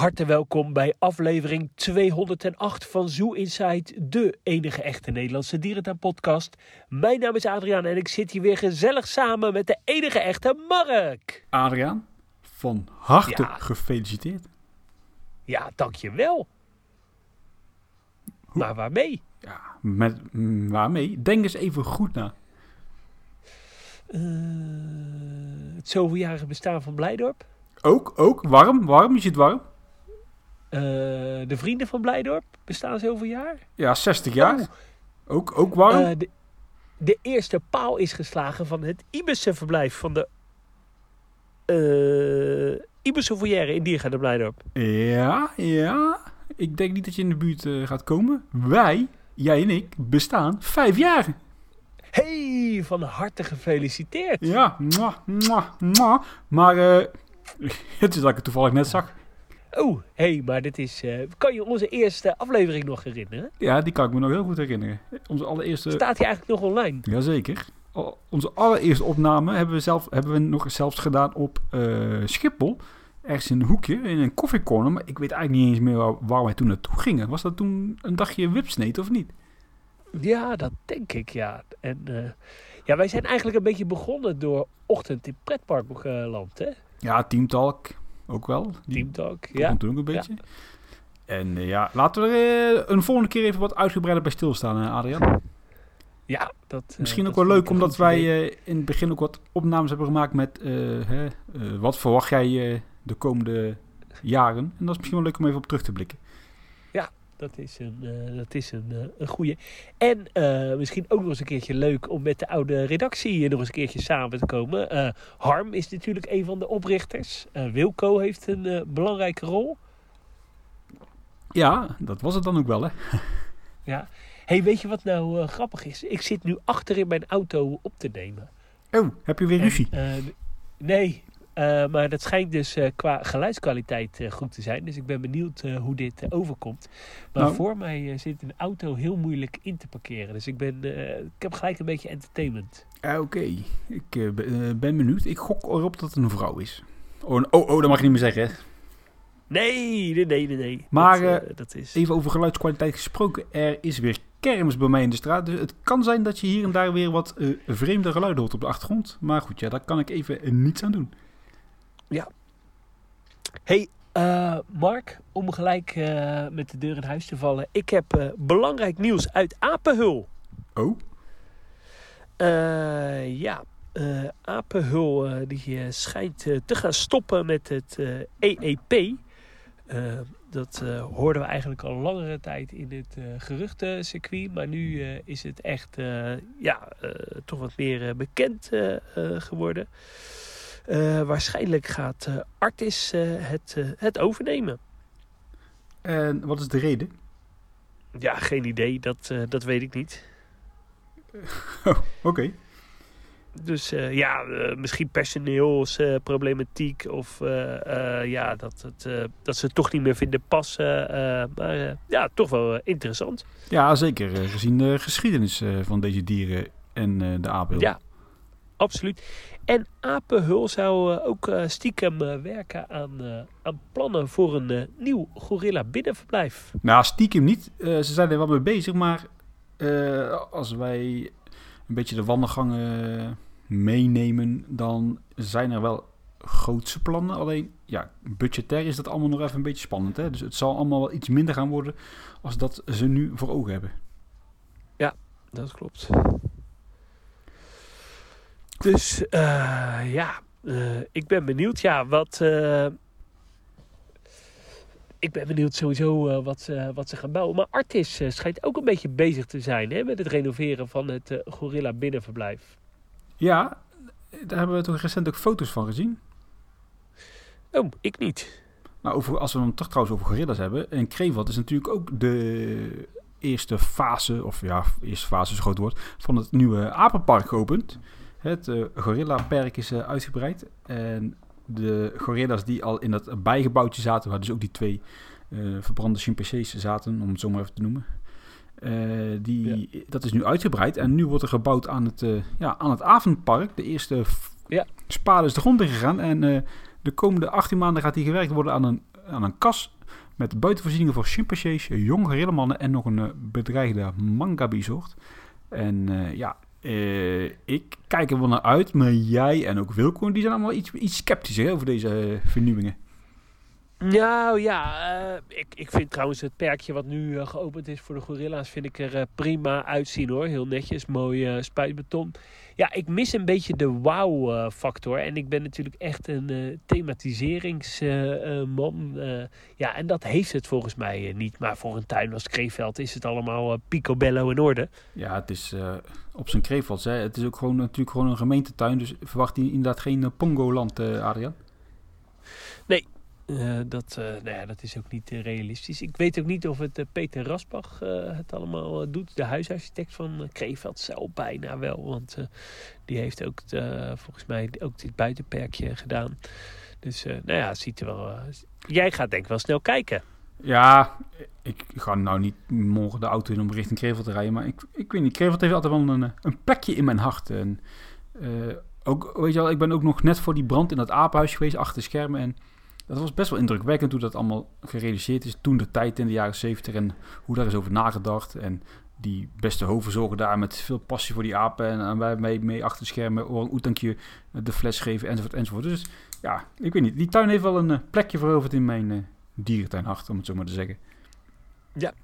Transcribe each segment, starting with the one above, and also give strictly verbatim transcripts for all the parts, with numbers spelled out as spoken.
harte welkom bij aflevering tweehonderdacht van Zoo Inside, de enige echte Nederlandse dierentuinpodcast. Mijn naam is Adriaan en ik zit hier weer gezellig samen met de enige echte Mark. Adriaan, van harte Ja. gefeliciteerd. Ja, dankjewel. Hoe? Maar waarmee? Ja, met, mm, waarmee? Denk eens even goed na. Uh, het zoveeljarige bestaan van Blijdorp. Ook, ook, warm, warm, je zit warm. Uh, de vrienden van Blijdorp bestaan zoveel jaar. Ja, zestig jaar. Oh. Ook, ook warm. Uh, de, de eerste paal is geslagen van het Ibissenverblijf van de uh, Ibissenvolière in Diergaarde Blijdorp. Ja, ja. Ik denk niet dat je in de buurt uh, gaat komen. Wij, jij en ik, bestaan vijf jaar. Hey, van harte gefeliciteerd. Ja, mwah, mwah, mwah. Maar uh, het is dat ik het toevallig net zag. Oh, hey, maar dit is... Uh, kan je onze eerste aflevering nog herinneren? Ja, die kan ik me nog heel goed herinneren. Onze allereerste... Staat die eigenlijk nog online? Jazeker. Onze allereerste opname hebben we, zelf, hebben we nog zelfs gedaan op uh, Schiphol. Ergens in een hoekje, in een koffiecorner. Maar ik weet eigenlijk niet eens meer waar, waar wij toen naartoe gingen. Was dat toen een dagje wipsneed of niet? Ja, dat denk ik, ja. En uh, ja, wij zijn eigenlijk een beetje begonnen door Ochtend in Pretparkland, hè? Ja, Teamtalk ook wel. Die Teamtalk, ja. toen ook een beetje. Ja. En uh, ja, laten we er uh, een volgende keer even wat uitgebreider bij stilstaan, uh, Adriaan. Ja, dat... Uh, Misschien ook dat wel leuk, omdat omdat wij uh, in het begin ook wat opnames hebben gemaakt met... Uh, hè, uh, wat verwacht jij uh, de komende jaren? En dat is misschien wel leuk om even op terug te blikken. Dat is een, uh, dat is een, uh, een goeie. En uh, misschien ook nog eens een keertje leuk om met de oude redactie nog eens een keertje samen te komen. Uh, Harm is natuurlijk een van de oprichters. Uh, Wilco heeft een uh, belangrijke rol. Ja, dat was het dan ook wel, hè? Ja. Hey, weet je wat nou uh, grappig is? Ik zit nu achter in mijn auto op te nemen. Oh, heb je weer ruzie? En, uh, nee, uh, maar dat schijnt dus uh, qua geluidskwaliteit uh, goed te zijn. Dus ik ben benieuwd uh, hoe dit uh, overkomt. Maar nou. voor mij uh, zit een auto heel moeilijk in te parkeren. Dus ik, ben, uh, ik heb gelijk een beetje entertainment. Uh, Oké, okay. ik uh, ben benieuwd. Ik gok erop dat het een vrouw is. Oh, oh, oh dat mag je niet meer zeggen. Nee, nee, nee, nee. Maar dat, uh, uh, dat is... even over geluidskwaliteit gesproken. Er is weer kermis bij mij in de straat. Dus het kan zijn dat je hier en daar weer wat uh, vreemde geluiden hoort op de achtergrond. Maar goed, ja, daar kan ik even uh, niets aan doen. Ja. Hey, uh, Mark, om gelijk uh, met de deur in huis te vallen. Ik heb uh, belangrijk nieuws uit Apenhul. Oh? Uh, ja, uh, Apenhul uh, die uh, schijnt uh, te gaan stoppen met het uh, E E P. Uh, dat uh, hoorden we eigenlijk al langere tijd in het uh, geruchtencircuit. Maar nu uh, is het echt uh, ja, uh, toch wat meer uh, bekend uh, uh, geworden. Uh, waarschijnlijk gaat uh, Artis uh, het, uh, het overnemen. En wat is de reden? Ja, geen idee. Dat, uh, dat weet ik niet. Oh, oké. Okay. Dus uh, ja, uh, misschien personeelsproblematiek uh, of uh, uh, ja, dat, het, uh, dat ze het toch niet meer vinden passen. Uh, maar uh, ja, toch wel uh, interessant. Ja, zeker. Uh, gezien de geschiedenis uh, van deze dieren en uh, de Apenhul. Ja, absoluut. En Apenhul zou uh, ook uh, stiekem uh, werken aan, uh, aan plannen voor een uh, nieuw gorilla binnenverblijf. Nou, stiekem niet. Uh, ze zijn er wel mee bezig, maar uh, als wij een beetje de wandelgangen meenemen, dan zijn er wel grootse plannen. Alleen, ja, budgetair is dat allemaal nog even een beetje spannend. Hè? Dus het zal allemaal wel iets minder gaan worden als dat ze nu voor ogen hebben. Ja, dat klopt. Dus uh, ja, uh, ik ben benieuwd. Ja, wat... Uh, ik ben benieuwd sowieso uh, wat, uh, wat ze gaan bouwen. Maar Artis uh, schijnt ook een beetje bezig te zijn hè, met het renoveren van het uh, gorilla binnenverblijf. Ja, daar hebben we toch recent ook foto's van gezien. Oh, ik niet. Nou, over, als we dan toch trouwens over gorilla's hebben. En Krewald is natuurlijk ook de eerste fase, of ja, eerste fase is een groot woord, van het nieuwe apenpark geopend. Het uh, gorillapark is uh, uitgebreid. En de gorilla's die al in dat bijgebouwtje zaten, waar dus ook die twee uh, verbrande chimpansees zaten, om het zo maar even te noemen. Uh, die, ja. Dat is nu uitgebreid en nu wordt er gebouwd aan het, uh, ja, aan het avondpark. De eerste f- ja. spade is de grond ingegaan en uh, de komende achttien maanden gaat hier gewerkt worden aan een aan een kas met buitenvoorzieningen voor chimpansees, jonge gorillamannen en nog een uh, bedreigde mangabi-soort. En uh, ja, uh, ik kijk er wel naar uit, maar jij en ook Wilco, die zijn allemaal iets, iets sceptisch hè, over deze uh, vernieuwingen. Nou ja, uh, ik, ik vind trouwens het perkje wat nu uh, geopend is voor de gorilla's, vind ik er uh, prima uitzien hoor. Heel netjes, mooi uh, spuitbeton. Ja, ik mis een beetje de wow-factor. En ik ben natuurlijk echt een uh, thematiseringsman. Uh, uh, ja, en dat heeft het volgens mij uh, niet. Maar voor een tuin als Krefeld is het allemaal uh, picobello in orde. Ja, het is uh, op zijn Krevelds. Hè. Het is ook gewoon natuurlijk gewoon een gemeentetuin. Dus verwacht hij inderdaad geen uh, Pongoland, uh, Adriaan? Nee. Uh, dat, uh, nou ja, dat is ook niet uh, realistisch. Ik weet ook niet of het uh, Peter Rasbach uh, het allemaal uh, doet. De huisarchitect van uh, Krefeld zou bijna wel. Want uh, die heeft ook uh, volgens mij ook dit buitenperkje gedaan. Dus uh, nou ja, het ziet er wel... Uh, jij gaat denk ik wel snel kijken. Ja, ik ga nou niet morgen de auto in om richting Krefeld te rijden. Maar ik, ik weet niet, Krefeld heeft altijd wel een, een plekje in mijn hart. En, uh, ook, weet je wel, ik ben ook nog net voor die brand in dat apenhuis geweest, achter de schermen. En dat was best wel indrukwekkend hoe dat allemaal gerealiseerd is. Toen de tijd in de jaren zeventig en hoe daar is over nagedacht. En die beste hoofdzorger daar met veel passie voor die apen. En, en wij mee, mee achter de schermen orang-oetankje de fles geven enzovoort enzovoort. Dus ja, ik weet niet. Die tuin heeft wel een uh, plekje veroverd in mijn uh, dierentuinhart, om het zo maar te zeggen. Ja.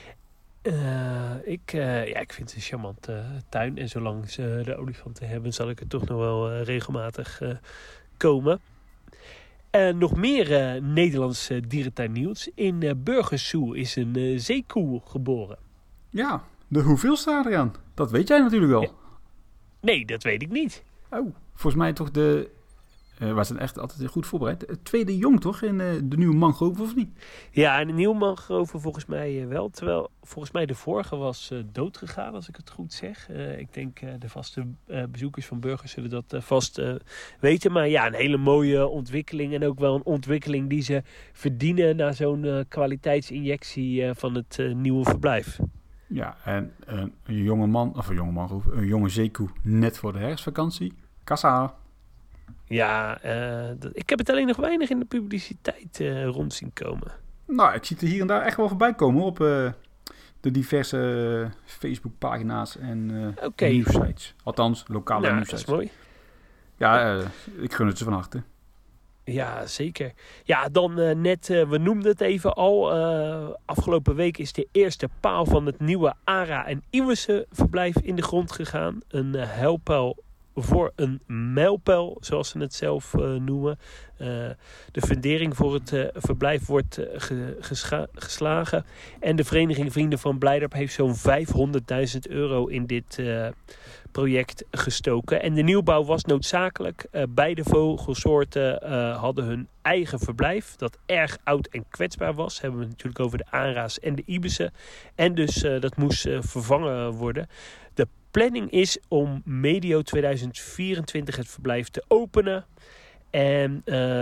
Uh, ik, uh, ja, ik vind het een charmante uh, tuin. En zolang ze de olifanten hebben, zal ik er toch nog wel uh, regelmatig uh, komen. En nog meer uh, Nederlands uh, dierentuinnieuws. In uh, Burgersoe is een uh, zeekoe geboren. Ja, de hoeveelste Adriaan? Dat weet jij natuurlijk wel. Ja. Nee, dat weet ik niet. Oh, volgens mij toch de... Uh, wij zijn echt altijd goed voorbereid. Het tweede jong toch in uh, de nieuwe mangrove, of niet? Ja, en de nieuwe mangrove volgens mij uh, wel. Terwijl volgens mij de vorige was uh, doodgegaan, als ik het goed zeg. Uh, ik denk uh, de vaste uh, bezoekers van Burgers zullen dat uh, vast uh, weten. Maar ja, een hele mooie ontwikkeling. En ook wel een ontwikkeling die ze verdienen na zo'n uh, kwaliteitsinjectie uh, van het uh, nieuwe verblijf. Ja, en uh, een jonge man, of een jonge mangrove, een jonge zeekoe net voor de herfstvakantie. Kassa. Ja, uh, dat, ik heb het alleen nog weinig in de publiciteit uh, rond zien komen. Nou, ik zie het er hier en daar echt wel voorbij komen op uh, de diverse uh, Facebookpagina's en uh, okay. nieuwsites. Althans, lokale nou, nieuwsites. Dat is mooi. Ja, uh, ik gun het ze van harte. Ja, zeker. Ja, dan uh, net, uh, we noemden het even al. Uh, afgelopen week is de eerste paal van het nieuwe ARA en Iwese verblijf in de grond gegaan. Een uh, huilpaal voor een mijlpaal, zoals ze het zelf uh, noemen. Uh, de fundering voor het uh, verblijf wordt uh, ge, gescha- geslagen. En de Vereniging Vrienden van Blijdorp heeft zo'n vijfhonderdduizend euro in dit uh, project gestoken. En de nieuwbouw was noodzakelijk. Uh, beide vogelsoorten uh, hadden hun eigen verblijf, dat erg oud en kwetsbaar was. Hebben we het natuurlijk over de ARA's en de Ibissen. En dus uh, dat moest uh, vervangen worden. De planning is om medio tweeduizend vierentwintig het verblijf te openen. En uh,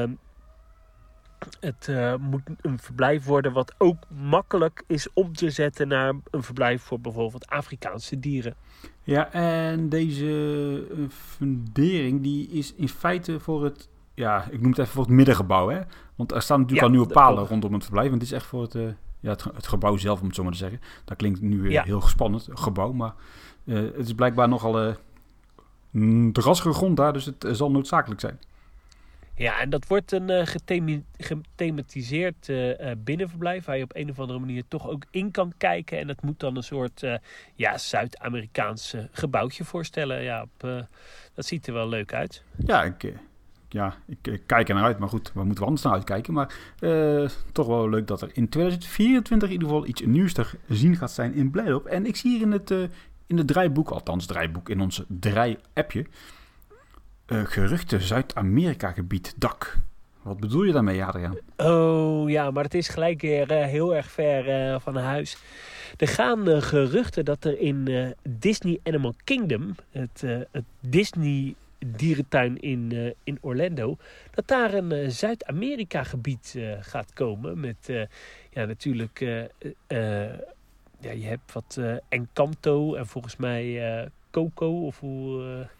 het uh, moet een verblijf worden wat ook makkelijk is om te zetten naar een verblijf voor bijvoorbeeld Afrikaanse dieren. Ja, en deze uh, fundering die is in feite voor het, ja, ik noem het even voor het middengebouw, hè? Want er staan natuurlijk ja, al nieuwe palen de, rondom het verblijf. Want het is echt voor het, uh, ja, het, het gebouw zelf, om het zo maar te zeggen. Dat klinkt nu uh, ja. heel spannend, gebouw, maar uh, het is blijkbaar nogal uh, drassige grond daar, dus het uh, zal noodzakelijk zijn. Ja, en dat wordt een uh, gethemi- gethematiseerd uh, binnenverblijf waar je op een of andere manier toch ook in kan kijken. En dat moet dan een soort uh, ja, Zuid-Amerikaans uh, gebouwtje voorstellen. Ja, op, uh, dat ziet er wel leuk uit. Ja, ik, uh, ja, ik uh, kijk er naar uit. Maar goed, waar moeten we anders naar uitkijken? Maar uh, toch wel leuk dat er in tweeduizend vierentwintig in ieder geval iets nieuws te zien gaat zijn in Blijdorp. En ik zie hier in het, uh, in het draaiboek, althans draaiboek in ons draai-appje, Uh, geruchte Zuid-Amerika-gebied, D A C. Wat bedoel je daarmee, Adriaan? Oh ja, maar het is gelijk weer uh, heel erg ver uh, van huis. Er gaan uh, geruchten dat er in uh, Disney Animal Kingdom, het, uh, het Disney dierentuin in, uh, in Orlando, dat daar een uh, Zuid-Amerika-gebied uh, gaat komen. Met uh, ja, natuurlijk, uh, uh, ja, je hebt wat uh, Encanto en volgens mij uh, Coco of hoe... Uh,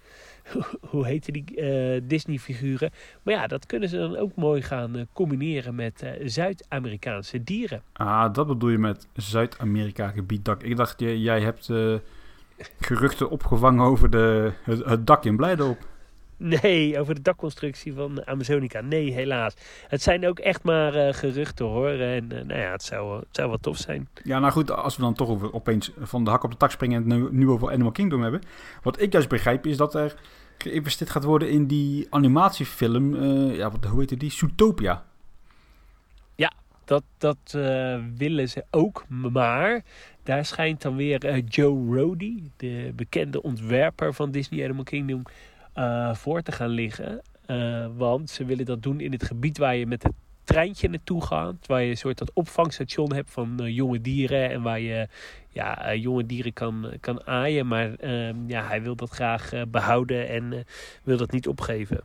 hoe heette die uh, Disney-figuren. Maar ja, dat kunnen ze dan ook mooi gaan uh, combineren met uh, Zuid-Amerikaanse dieren. Ah, dat bedoel je met Zuid-Amerika gebieddak. Ik dacht, j- jij hebt uh, geruchten opgevangen over de, het, het dak in Blijdorp. Nee, over de dakconstructie van Amazonica. Nee, helaas. Het zijn ook echt maar uh, geruchten hoor. En uh, nou ja, het zou, het zou wel tof zijn. Ja, nou goed, als we dan toch over, opeens van de hak op de tak springen en het nu, nu over Animal Kingdom hebben. Wat ik juist begrijp is dat er geïnvesteerd gaat worden in die animatiefilm. Uh, ja, wat, hoe heet die? Zootopia. Ja, dat, dat uh, willen ze ook. Maar daar schijnt dan weer uh, Joe Rohde, de bekende ontwerper van Disney Animal Kingdom, Uh, voor te gaan liggen. Uh, want ze willen dat doen in het gebied waar je met het treintje naartoe gaat. Waar je een soort dat opvangstation hebt van uh, jonge dieren. En waar je ja, uh, jonge dieren kan, kan aaien. Maar uh, ja, hij wil dat graag uh, behouden en uh, wil dat niet opgeven.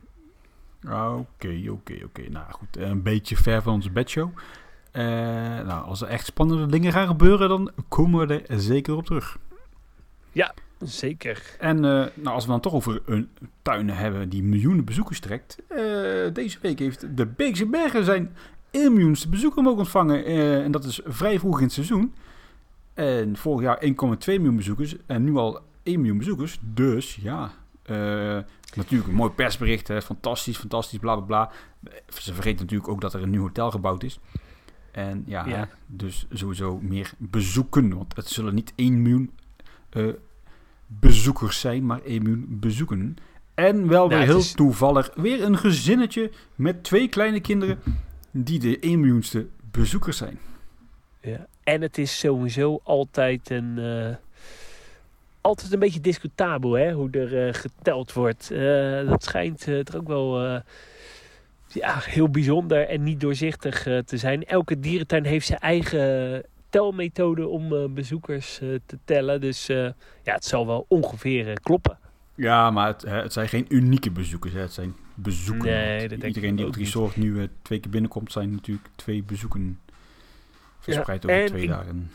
Oké, oké, oké. Nou goed, een beetje ver van onze bedshow. Uh, nou, als er echt spannende dingen gaan gebeuren, dan komen we er zeker op terug. Ja, zeker. En uh, nou, als we dan toch over een tuin hebben die miljoenen bezoekers trekt. Uh, deze week heeft de Beekse Bergen zijn één miljoenste bezoeker mogen ontvangen. Uh, en dat is vrij vroeg in het seizoen. En vorig jaar één komma twee miljoen bezoekers. En nu al één miljoen bezoekers. Dus ja, uh, natuurlijk een mooi persbericht. Hè. Fantastisch, fantastisch, bla bla bla. Ze vergeten natuurlijk ook dat er een nieuw hotel gebouwd is. En ja, ja. dus sowieso meer bezoeken. Want het zullen niet één miljoen uh, bezoekers zijn, maar één miljoen bezoeken. En wel weer nou, heel is... toevallig weer een gezinnetje met twee kleine kinderen die de één miljoenste bezoekers zijn. Ja, en het is sowieso altijd een uh, altijd een beetje discutabel, hè, hoe er uh, geteld wordt. Uh, dat schijnt uh, er ook wel uh, ja, heel bijzonder en niet doorzichtig uh, te zijn. Elke dierentuin heeft zijn eigen telmethode om uh, bezoekers uh, te tellen. Dus uh, ja, het zal wel ongeveer uh, kloppen. Ja, maar het, het zijn geen unieke bezoekers. Hè. Het zijn bezoeken. Nee, dat Iedereen die op het resort nu uh, twee keer binnenkomt, zijn natuurlijk twee bezoeken verspreid ja, over twee ik, dagen.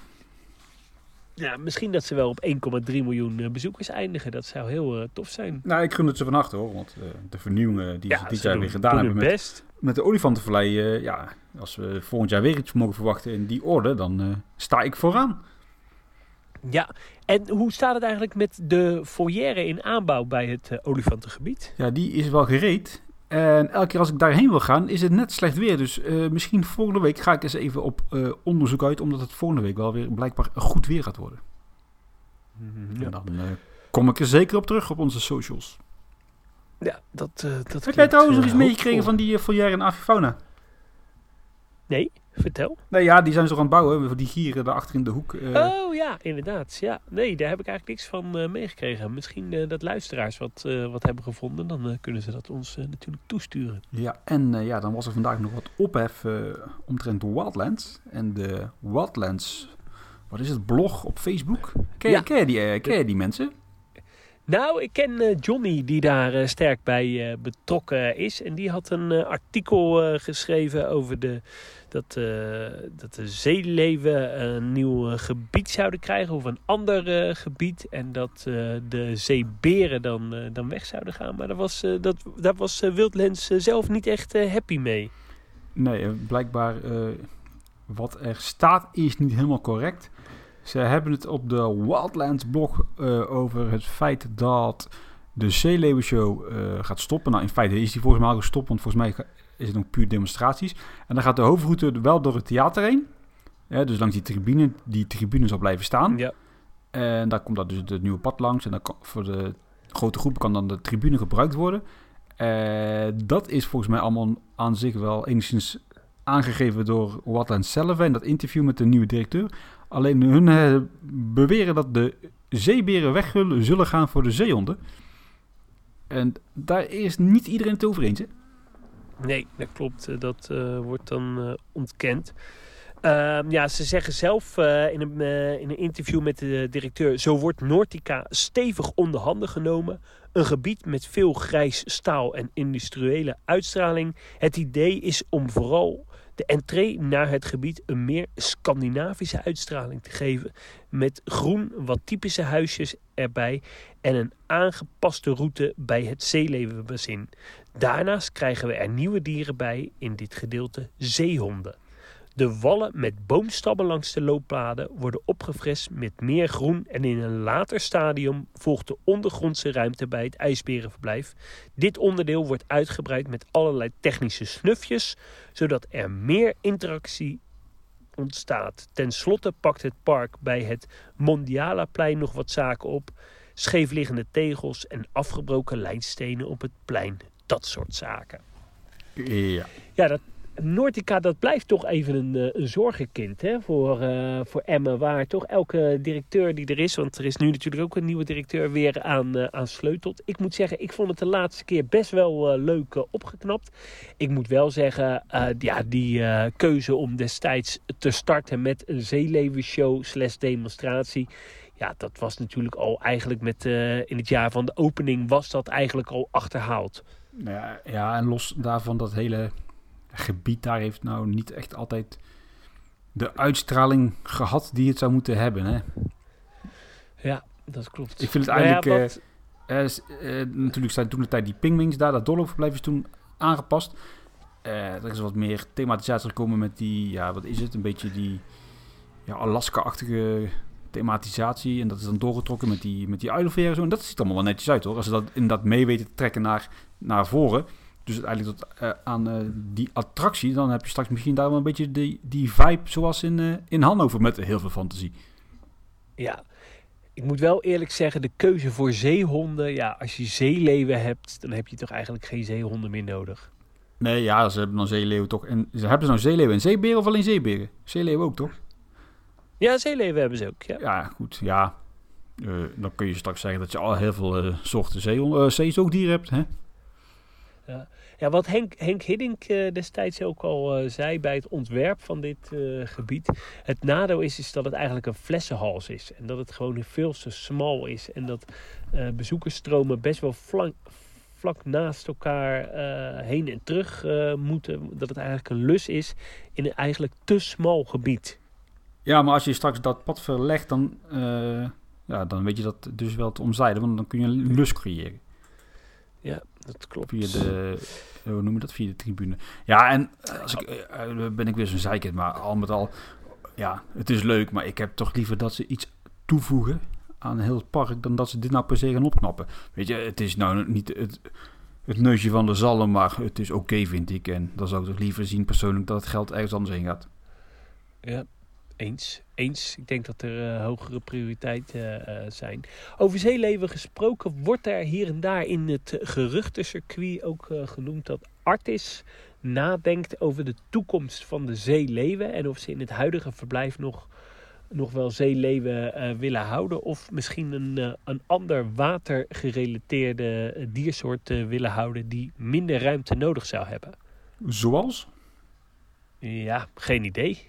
Ja, misschien dat ze wel op één komma drie miljoen uh, bezoekers eindigen. Dat zou heel uh, tof zijn. Nou, ik gun het ze van harte hoor. Want uh, de vernieuwingen die ja, ze dit jaar weer gedaan hebben met, best. met de olifantenvallei. Uh, ja, als we volgend jaar weer iets mogen verwachten in die orde, dan uh, sta ik vooraan. Ja, en hoe staat het eigenlijk met de foyer in aanbouw bij het uh, olifantengebied? Ja, die is wel gereed. En elke keer als ik daarheen wil gaan, is het net slecht weer. Dus uh, misschien volgende week ga ik eens even op uh, onderzoek uit, omdat het volgende week wel weer blijkbaar goed weer gaat worden. Ja. En dan uh, kom ik er zeker op terug op onze socials. Ja, dat, uh, dat Heb jij trouwens nog iets meegekregen van die uh, foyer en avifauna? Nee, vertel. Nee, ja, die zijn ze aan het bouwen. Die gieren daarachter in de hoek. Uh... Oh ja, inderdaad. Ja. Nee, daar heb ik eigenlijk niks van uh, meegekregen. Misschien uh, dat luisteraars wat, uh, wat hebben gevonden. Dan uh, kunnen ze dat ons uh, natuurlijk toesturen. Ja, en uh, ja, dan was er vandaag nog wat ophef uh, omtrent Wildlands. En de Wildlands, wat is het, blog op Facebook? Ken, ja. ken, je, die, uh, ken je die mensen? Nou, ik ken uh, Johnny die daar uh, sterk bij uh, betrokken is. En die had een uh, artikel uh, geschreven over de, dat, uh, dat de zeeleeuwen een nieuw uh, gebied zouden krijgen. Of een ander uh, gebied. En dat uh, de zeeberen dan, uh, dan weg zouden gaan. Maar daar was, uh, dat, daar was uh, Wildlands uh, zelf niet echt uh, happy mee. Nee, uh, blijkbaar uh, wat er staat is niet helemaal correct. Ze hebben het op de Wildlands blog uh, over het feit dat de Zeeleeuwenshow uh, gaat stoppen. Nou, in feite is die volgens mij al gestopt, want volgens mij is het nog puur demonstraties. En dan gaat de hoofdroute wel door het theater heen. Ja, dus langs die tribune, die tribune zal blijven staan. Ja. En daar komt dan dus het nieuwe pad langs. En dan kan, voor de grote groep kan dan de tribune gebruikt worden. Uh, dat is volgens mij allemaal aan zich wel enigszins aangegeven door Wildlands zelf. En dat interview met de nieuwe directeur. Alleen hun uh, beweren dat de zeeberen weg zullen gaan voor de zeehonden. En daar is niet iedereen het over eens, hè? Nee, dat klopt. Dat uh, wordt dan uh, ontkend. Uh, ja, ze zeggen zelf uh, in, een, uh, in een interview met de directeur: zo wordt Nautica stevig onder handen genomen. Een gebied met veel grijs staal en industriële uitstraling. Het idee is om vooral de entree naar het gebied een meer Scandinavische uitstraling te geven. Met groen, wat typische huisjes erbij en een aangepaste route bij het zeeleeuwenbassin. Daarnaast krijgen we er nieuwe dieren bij, in dit gedeelte zeehonden. De wallen met boomstammen langs de looppaden worden opgefrest met meer groen en in een later stadium volgt de ondergrondse ruimte bij het ijsberenverblijf. Dit onderdeel wordt uitgebreid met allerlei technische snufjes, zodat er meer interactie ontstaat. Ten slotte pakt het park bij het Mondialaplein nog wat zaken op. Scheefliggende tegels en afgebroken lijnstenen op het plein. Dat soort zaken. Ja. Ja, dat... Nordica, dat blijft toch even een, een zorgenkind hè, voor, uh, voor Emmen, waar toch elke directeur die er is, want er is nu natuurlijk ook een nieuwe directeur weer aan, uh, aan sleutelt. Ik moet zeggen, ik vond het de laatste keer best wel uh, leuk uh, opgeknapt. Ik moet wel zeggen, uh, ja, die uh, keuze om destijds te starten met een zeeleeuwenshow slash demonstratie. Ja, dat was natuurlijk al eigenlijk met uh, in het jaar van de opening was dat eigenlijk al achterhaald. Ja, ja, en los daarvan dat hele gebied daar heeft nou niet echt altijd de uitstraling gehad die het zou moeten hebben. Hè? Ja, dat klopt. Ik vind het eigenlijk... Nou ja, wat... uh, uh, uh, natuurlijk zijn toen de tijd die pingwings daar, dat doorloopverblijf is toen aangepast. Uh, er is wat meer thematisatie gekomen met die, ja, wat is het? Een beetje die ja, Alaska-achtige thematisatie. En dat is dan doorgetrokken met die, met die uilenveer en zo. En dat ziet allemaal wel netjes uit hoor. Als ze dat inderdaad mee weten te trekken naar, naar voren. Dus uiteindelijk tot, uh, aan uh, die attractie, dan heb je straks misschien daar wel een beetje die, die vibe zoals in, uh, in Hannover met heel veel fantasie. Ja, ik moet wel eerlijk zeggen, de keuze voor zeehonden, ja, als je zeeleeuwen hebt, dan heb je toch eigenlijk geen zeehonden meer nodig. Nee, ja, ze hebben dan zeeleeuwen toch. En ze hebben ze nou zeeleeuwen en zeeberen of alleen zeeberen? Zeeleeuwen ook, toch? Ja, zeeleeuwen hebben ze ook, ja. Ja, goed, ja. Uh, dan kun je straks zeggen dat je al heel veel uh, soorten zeehonden, uh, zeezoogdieren hebt, hè? Ja. Ja, wat Henk, Henk Hiddink uh, destijds ook al uh, zei bij het ontwerp van dit uh, gebied. Het nadeel is, is dat het eigenlijk een flessenhals is. En dat het gewoon veel te smal is. En dat uh, bezoekersstromen best wel vlak, vlak naast elkaar uh, heen en terug uh, moeten. Dat het eigenlijk een lus is in een eigenlijk te smal gebied. Ja, maar als je straks dat pad verlegt, dan, uh, ja, dan weet je dat dus wel te omzeilen. Want dan kun je een lus creëren. Ja, dat klopt. Via de, hoe noem je dat? Via de tribune. Ja, en als ik, uh, ben ik weer zo'n zeikert, maar al met al, ja, het is leuk, maar ik heb toch liever dat ze iets toevoegen aan heel het park, dan dat ze dit nou per se gaan opknappen. Weet je, het is nou niet het, het neusje van de zalm, maar het is oké, okay, vind ik. En dan zou ik toch liever zien persoonlijk dat het geld ergens anders heen gaat. Ja. Eens, eens. Ik denk dat er uh, hogere prioriteiten uh, zijn. Over zeeleeuwen gesproken wordt er hier en daar in het geruchtencircuit ook uh, genoemd dat Artis nadenkt over de toekomst van de zeeleeuwen en of ze in het huidige verblijf nog, nog wel zeeleeuwen uh, willen houden of misschien een, uh, een ander watergerelateerde uh, diersoort uh, willen houden die minder ruimte nodig zou hebben. Zoals? Ja, geen idee.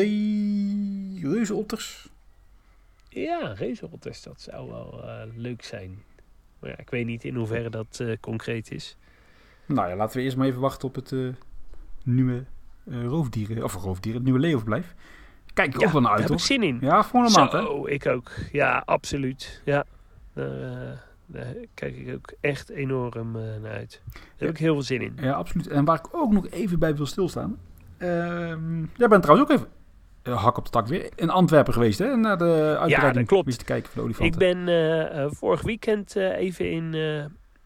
Zee... reuzenotters? Ja, reuzenotters, dat zou wel uh, leuk zijn. Maar ja, ik weet niet in hoeverre dat uh, concreet is. Nou ja, laten we eerst maar even wachten op het uh, nieuwe uh, roofdieren... Of roofdieren, het nieuwe leeuwverblijf. Kijk ik ja, ook wel naar uit, daar heb toch? ik zin in. Ja, voor een maand, hè? Zo, ik ook. Ja, absoluut. Ja, daar, uh, daar kijk ik ook echt enorm uh, naar uit. Daar ja. heb ik heel veel zin in. Ja, absoluut. En waar ik ook nog even bij wil stilstaan... Uh, jij bent trouwens ook even uh, hak op de tak weer in Antwerpen geweest, hè? Naar de uitbreiding. Ja, dat klopt. Wist te kijken voor de olifanten. Ik ben uh, uh, vorig weekend uh, even in, uh,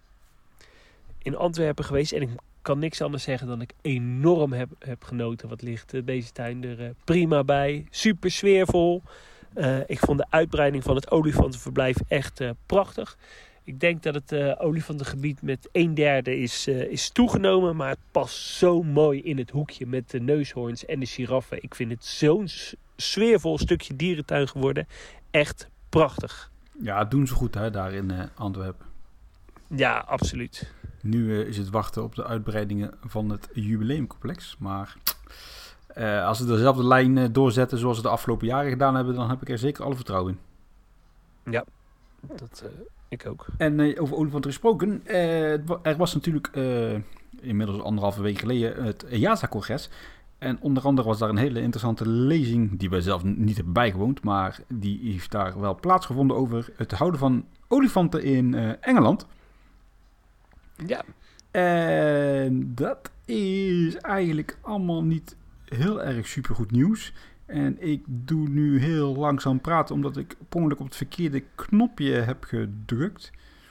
in Antwerpen geweest. En ik kan niks anders zeggen dan ik enorm heb, heb genoten. Wat ligt uh, deze tuin er uh, prima bij. Super sfeervol. Uh, ik vond de uitbreiding van het olifantenverblijf echt uh, prachtig. Ik denk dat het uh, olifantengebied met een derde is, uh, is toegenomen. Maar het past zo mooi in het hoekje met de neushoorns en de giraffen. Ik vind het zo'n sfeervol stukje dierentuin geworden. Echt prachtig. Ja, het doen ze goed hè, daar in uh, Antwerpen. Ja, absoluut. Nu uh, is het wachten op de uitbreidingen van het jubileumcomplex. Maar uh, als ze dezelfde lijn uh, doorzetten zoals ze de afgelopen jaren gedaan hebben... dan heb ik er zeker alle vertrouwen in. Ja, dat... Uh... Ik ook. En uh, over olifanten gesproken, uh, er was natuurlijk uh, inmiddels anderhalve week geleden het IAZA-congres. En onder andere was daar een hele interessante lezing, die wij zelf niet hebben bijgewoond, maar die heeft daar wel plaatsgevonden over het houden van olifanten in uh, Engeland. Ja. En dat is eigenlijk allemaal niet heel erg supergoed nieuws. En ik doe nu heel langzaam praten, omdat ik per ongeluk op het verkeerde knopje heb gedrukt.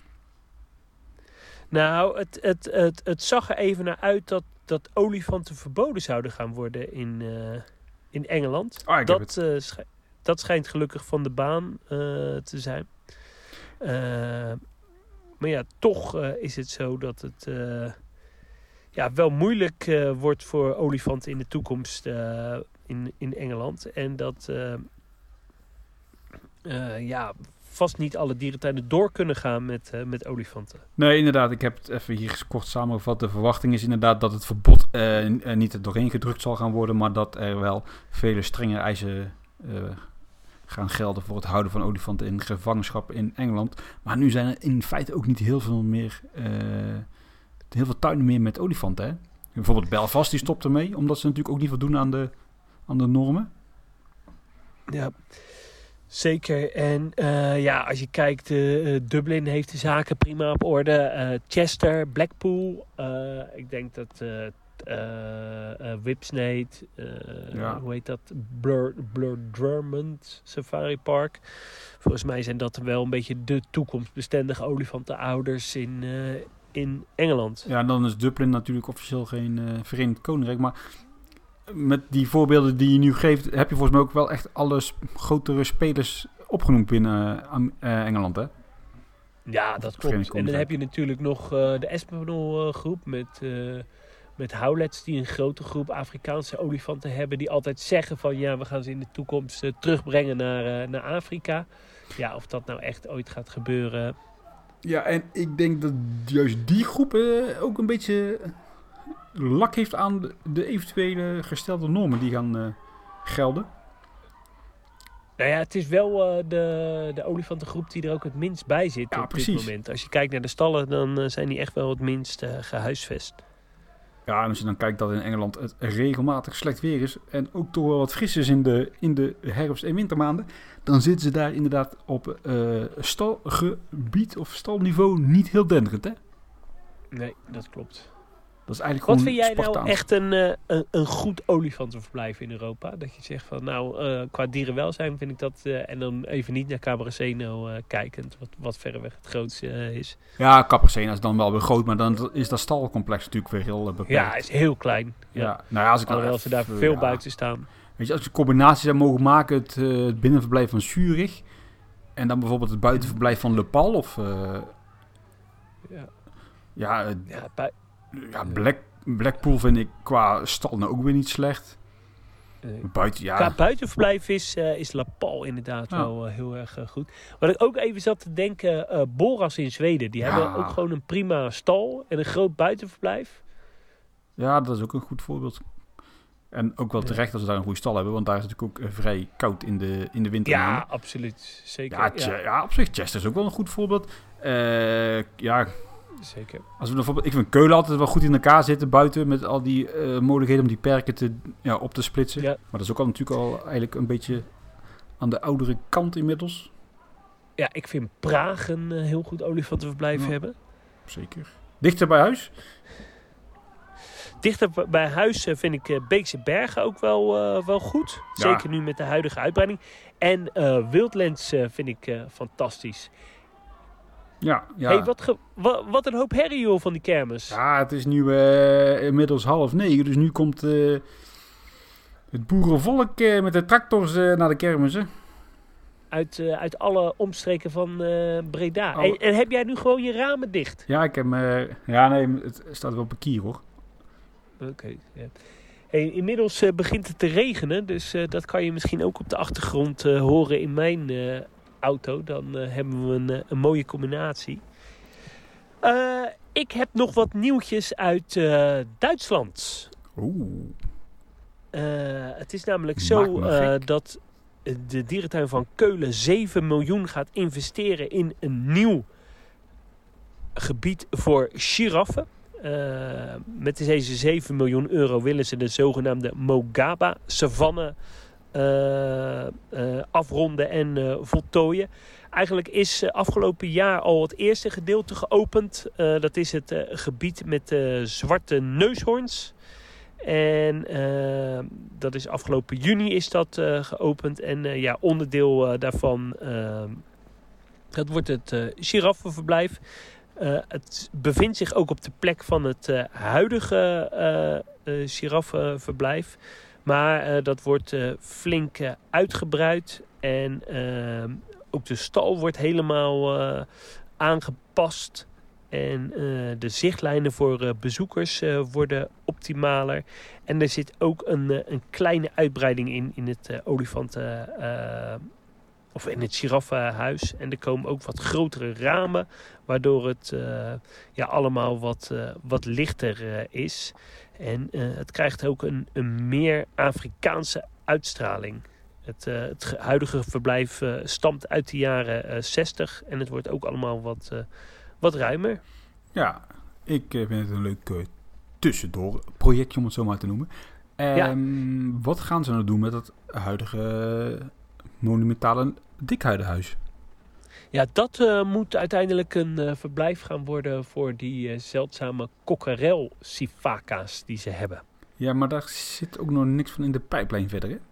Nou, het, het, het, het zag er even naar uit dat, dat olifanten verboden zouden gaan worden in, uh, in Engeland. Ah, ik dat, uh, schij- dat schijnt gelukkig van de baan uh, te zijn. Uh, maar ja, toch uh, is het zo dat het uh, ja, wel moeilijk uh, wordt voor olifanten in de toekomst uh, in, in Engeland. En dat uh, uh, ja, vast niet alle dierentuinen door kunnen gaan met, uh, met olifanten. Nee, inderdaad. Ik heb het even hier kort samengevat. De verwachting is inderdaad dat het verbod uh, niet er doorheen gedrukt zal gaan worden, maar dat er wel vele strenge eisen uh, gaan gelden voor het houden van olifanten in gevangenschap in Engeland. Maar nu zijn er in feite ook niet heel veel meer, uh, heel veel tuinen meer met olifanten. Hè? Bijvoorbeeld Belfast, die stopt ermee, omdat ze natuurlijk ook niet voldoen aan de, aan de normen. Ja, zeker. En uh, ja, als je kijkt, uh, Dublin heeft de zaken prima op orde. Uh, Chester, Blackpool, uh, ik denk dat uh, uh, uh, Whipsnade, uh, ja. hoe heet dat? Blur, Blur Drummond Safari Park. Volgens mij zijn dat wel een beetje de toekomstbestendige olifantenouders in, uh, in Engeland. Ja, en dan is Dublin natuurlijk officieel geen uh, Verenigd Koninkrijk, maar met die voorbeelden die je nu geeft, heb je volgens mij ook wel echt alle sp- grotere spelers opgenoemd binnen uh, Engeland, hè? Ja, dat klopt. En dan heb je natuurlijk nog uh, de Espinal uh, groep met, uh, met Howlets, die een grote groep Afrikaanse olifanten hebben, die altijd zeggen van ja, we gaan ze in de toekomst uh, terugbrengen naar, uh, naar Afrika. Ja, of dat nou echt ooit gaat gebeuren. Ja, en ik denk dat juist die groep uh, ook een beetje lak heeft aan de, de eventuele gestelde normen die gaan uh, gelden. Nou ja, het is wel uh, de, de olifantengroep die er ook het minst bij zit ja, op precies. dit moment. Als je kijkt naar de stallen, dan uh, zijn die echt wel het minst uh, gehuisvest. Ja, en als je dan kijkt dat in Engeland het regelmatig slecht weer is en ook toch wel wat fris is in de, in de herfst- en wintermaanden, dan zitten ze daar inderdaad op uh, stalgebied of stalniveau niet heel denderend, hè? Nee, dat klopt. Dat is eigenlijk Wat gewoon vind jij Spartaans. nou echt een, uh, een, een goed olifantenverblijf in Europa? Dat je zegt van nou, uh, qua dierenwelzijn vind ik dat, uh, en dan even niet naar Cabraceno uh, kijkend, wat, wat verreweg het grootste uh, is. Ja, Capricena is dan wel weer groot, maar dan is dat stalcomplex natuurlijk weer heel uh, beperkt. Ja, is heel klein. Ja. Ja, nou ja, als ik Alhoewel dan ze daar even, veel ja. buiten staan. Weet je, als je combinaties zou mogen maken, het, uh, het binnenverblijf van Zurich en dan bijvoorbeeld het buitenverblijf van Le Pal of uh, ja, ja, uh, ja, bui- ja Black, Blackpool vind ik qua stal nou ook weer niet slecht. nee. Buiten, ja. Qua buitenverblijf is, uh, is La Pal inderdaad Ja. wel uh, heel erg uh, goed. Wat ik ook even zat te denken, uh, Boras in Zweden, die Ja. hebben ook gewoon een prima stal en een groot buitenverblijf. Ja, dat is ook een goed voorbeeld. En ook wel terecht dat ze daar een goede stal hebben, want daar is het natuurlijk ook uh, vrij koud in de, in de wintermaanden. Ja, absoluut. Zeker. Ja, tja, ja, op zich, Chester is ook wel een goed voorbeeld. Uh, ja, Zeker. als we bijvoorbeeld, ik vind Keulen altijd wel goed in elkaar zitten buiten met al die uh, mogelijkheden om die perken te, ja, op te splitsen. Ja. Maar dat is ook al natuurlijk al eigenlijk een beetje aan de oudere kant inmiddels. Ja, ik vind Praag een uh, heel goed olifantenverblijf Ja. hebben. Zeker. Dichter bij huis? Dichter b- bij huis uh, vind ik uh, Beekse Bergen ook wel, uh, wel goed. Ja. Zeker nu met de huidige uitbreiding. En uh, Wildlands uh, vind ik uh, fantastisch. Ja. ja. Hey, wat, ge- wa- wat een hoop herrie joh, van die kermis. Ja, het is nu uh, inmiddels half negen, dus nu komt uh, het boerenvolk uh, met de tractors uh, naar de kermis, hè? Uit, uh, uit alle omstreken van uh, Breda. Oh. En, en heb jij nu gewoon je ramen dicht? Ja, ik heb uh, ja, nee, het staat wel op een kier, hoor. Oké. Okay, ja. Hey, inmiddels uh, begint het te regenen, dus uh, dat kan je misschien ook op de achtergrond uh, horen in mijn uh, auto. Dan uh, hebben we een, uh, een mooie combinatie. Uh, ik heb nog wat nieuwtjes uit uh, Duitsland. Oeh. Uh, het is namelijk Maak zo me uh, gek. dat de dierentuin van Keulen zeven miljoen gaat investeren in een nieuw gebied voor giraffen. Uh, Uh, met deze zeven miljoen euro willen ze de zogenaamde Mogaba-savanne uh, uh, afronden en uh, voltooien. Eigenlijk is uh, afgelopen jaar al het eerste gedeelte geopend. Uh, dat is het uh, gebied met uh, zwarte neushoorns. En uh, dat is afgelopen juni is dat uh, geopend. En uh, ja, onderdeel uh, daarvan, uh, dat wordt het uh, giraffenverblijf. Uh, het bevindt zich ook op de plek van het uh, huidige uh, uh, giraffenverblijf. Maar uh, dat wordt uh, flink uh, uitgebreid. En uh, ook de stal wordt helemaal uh, aangepast. En uh, de zichtlijnen voor uh, bezoekers uh, worden optimaler. En er zit ook een, uh, een kleine uitbreiding in, in het uh, olifanten... Uh, of in het giraffenhuis. En er komen ook wat grotere ramen. Waardoor het uh, ja, allemaal wat, uh, wat lichter uh, is. En uh, het krijgt ook een, een meer Afrikaanse uitstraling. Het, uh, het huidige verblijf uh, stamt uit de jaren uh, zestig. En het wordt ook allemaal wat, uh, wat ruimer. Ja, ik uh, vind het een leuk uh, tussendoor projectje, om het zo maar te noemen. Um, ja. Wat gaan ze nou doen met het huidige uh, monumentale dikhuidenhuis? Ja, dat uh, moet uiteindelijk een uh, verblijf gaan worden voor die uh, zeldzame kokkerel-sifaka's die ze hebben. Ja, maar daar zit ook nog niks van in de pijplijn verder, hè?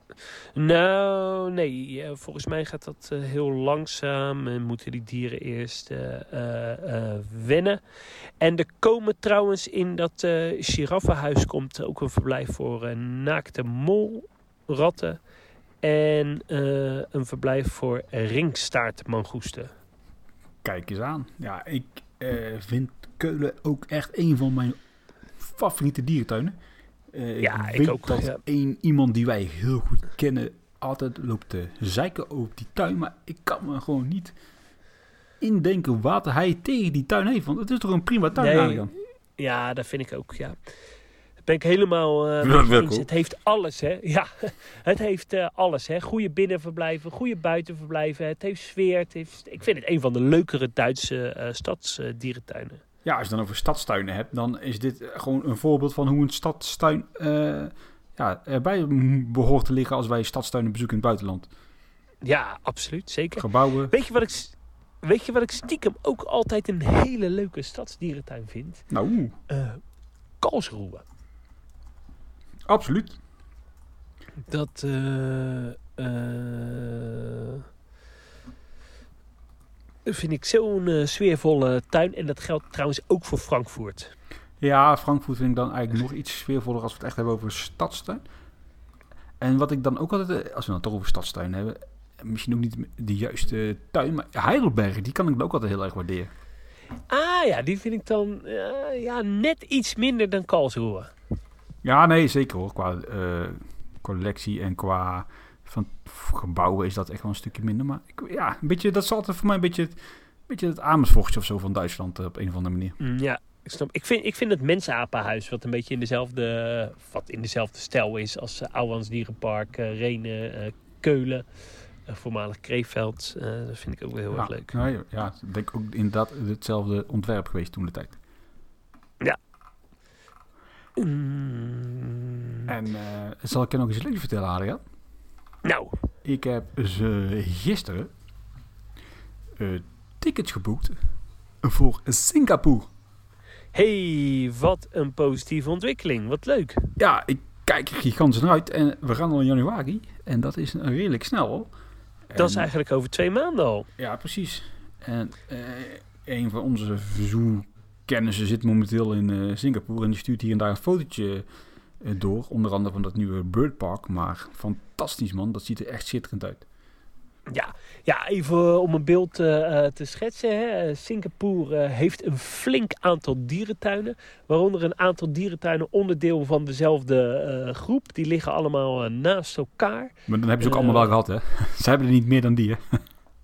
Nou, nee. Uh, volgens mij gaat dat uh, heel langzaam. En moeten die dieren eerst uh, uh, uh, wennen. En er komen trouwens in dat uh, giraffenhuis komt ook een verblijf voor uh, naakte molratten. En uh, een verblijf voor ringstaartmangoesten. Kijk eens aan. Ja, ik uh, vind Keulen ook echt een van mijn favoriete dierentuinen. Uh, ja, ik ik weet ook. dat Ja. een, iemand die wij heel goed kennen altijd loopt te zeiken over die tuin. Maar ik kan me gewoon niet indenken wat hij tegen die tuin heeft. Want het is toch een prima tuin nee, eigenlijk. Ja, dat vind ik ook, ja. Ben ik helemaal uh, ja, eens. Het heeft alles, hè. Ja, het heeft uh, alles, hè. Goede binnenverblijven, goede buitenverblijven. Het heeft sfeer. Het heeft, ik vind het een van de leukere Duitse uh, stadsdierentuinen. Uh, ja, als je dan over stadstuinen hebt, dan is dit gewoon een voorbeeld van hoe een stadstuin uh, ja, erbij behoort te liggen als wij stadstuinen bezoeken in het buitenland. Ja, absoluut, zeker. Gebouwen. Weet je wat ik, weet je wat ik stiekem ook altijd een hele leuke stadsdierentuin vind? Nou. Uh, Karlsruhe. Absoluut. Dat uh, uh, vind ik zo'n uh, sfeervolle tuin. En dat geldt trouwens ook voor Frankfurt. Ja, Frankfurt vind ik dan eigenlijk nog iets sfeervoller als we het echt hebben over stadstuin. En wat ik dan ook altijd, als we dan toch over stadstuin hebben, misschien ook niet de juiste tuin, maar Heidelberg, die kan ik dan ook altijd heel erg waarderen. Ah ja, die vind ik dan uh, ja, net iets minder dan Karlsruhe. Ja, nee, zeker hoor. Qua uh, collectie en qua van gebouwen is dat echt wel een stukje minder. Maar ik, ja, een beetje, dat is altijd voor mij een beetje het, een beetje het Amersfoortje of zo van Duitsland uh, op een of andere manier. Mm, ja, ik snap. Ik vind, ik vind het Mensapenhuis, wat een beetje in dezelfde, wat in dezelfde stijl is als uh, Ouwans Dierenpark, uh, Renen, uh, Keulen, uh, voormalig Kreeveld. Uh, dat vind ik ook wel heel ja, erg leuk. Ja, ja, ik denk ook inderdaad hetzelfde ontwerp geweest toen de tijd. Ja. Mm. En uh, zal ik je nog eens leuk vertellen, Adriaan? Nou. Ik heb ze gisteren uh, tickets geboekt voor Singapore. Hey, wat een positieve ontwikkeling. Wat leuk. Ja, ik kijk er gigantisch naar uit. En we gaan al in januari. En dat is redelijk snel. En, dat is eigenlijk over twee maanden al. Ja, precies. En uh, een van onze verzoekkennissen zit momenteel in uh, Singapore. En die stuurt hier en daar een fotootje uh, door. Onder andere van dat nieuwe Bird Park. Maar fantastisch, man. Dat ziet er echt schitterend uit. Ja, ja, even om een beeld uh, te schetsen. Hè. Singapore uh, heeft een flink aantal dierentuinen. Waaronder een aantal dierentuinen onderdeel van dezelfde uh, groep. Die liggen allemaal uh, naast elkaar. Maar dan hebben ze ook uh, allemaal wel gehad, hè? Ze hebben er niet meer dan die, hè?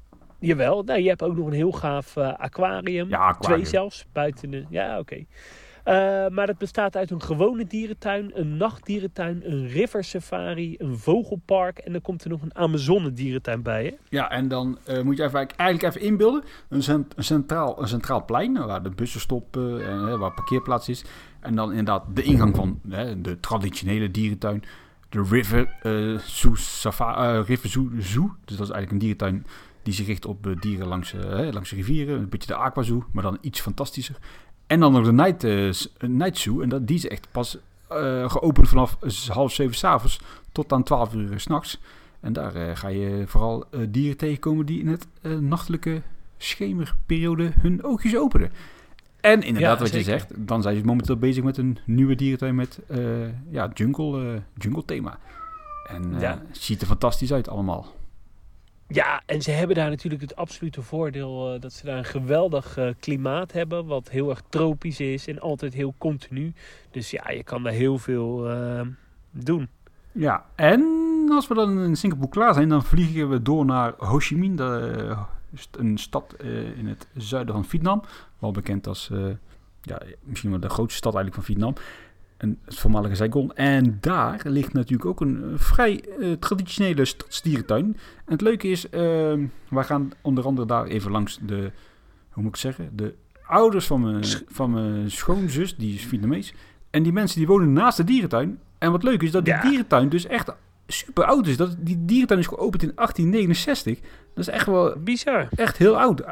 Jawel, nou, je hebt ook nog een heel gaaf uh, aquarium. Ja, aquarium. Twee zelfs, buiten de... Ja, oké. Okay. Uh, maar dat bestaat uit een gewone dierentuin, een nachtdierentuin, een river safari, een vogelpark en dan komt er nog een Amazone dierentuin bij. Hè? Ja, en dan uh, moet je even, eigenlijk even inbeelden. Een, cent, een, centraal, een centraal plein waar de bussen stoppen en uh, waar parkeerplaats is. En dan inderdaad de ingang van uh, de traditionele dierentuin. De River, uh, Zoo, Safa, uh, River Zoo, Zoo. Dus dat is eigenlijk een dierentuin die zich richt op uh, dieren langs, uh, langs de rivieren. Een beetje de Aqua Zoo, maar dan iets fantastischer. En dan nog de Night, uh, night Zoo. En dat, die is echt pas uh, geopend vanaf half zeven 's avonds tot aan twaalf uur 's nachts. En daar uh, ga je vooral uh, dieren tegenkomen die in het uh, nachtelijke schemerperiode hun oogjes openen. En inderdaad, ja, wat je zegt, dan zijn ze momenteel bezig met een nieuwe dierentuin met uh, ja, jungle, uh, jungle thema. En uh, ja. ziet er fantastisch uit allemaal. Ja, en ze hebben daar natuurlijk het absolute voordeel uh, dat ze daar een geweldig uh, klimaat hebben, wat heel erg tropisch is en altijd heel continu. Dus ja, je kan daar heel veel uh, doen. Ja, en als we dan in Singapore klaar zijn, dan vliegen we door naar Ho Chi Minh, de, uh, een stad uh, in het zuiden van Vietnam. Wel bekend als uh, ja, misschien wel de grootste stad eigenlijk van Vietnam. En het voormalige Saigon. En daar ligt natuurlijk ook een uh, vrij uh, traditionele stadsdierentuin. En het leuke is, uh, wij gaan onder andere daar even langs de, hoe moet ik zeggen, de ouders van mijn, van mijn schoonzus, die is Vietnamees. En die mensen die wonen naast de dierentuin. En wat leuk is, dat die ja. dierentuin dus echt super oud is. Dat, die dierentuin is geopend in achttien negenenzestig. Dat is echt wel bizar. Echt heel oud.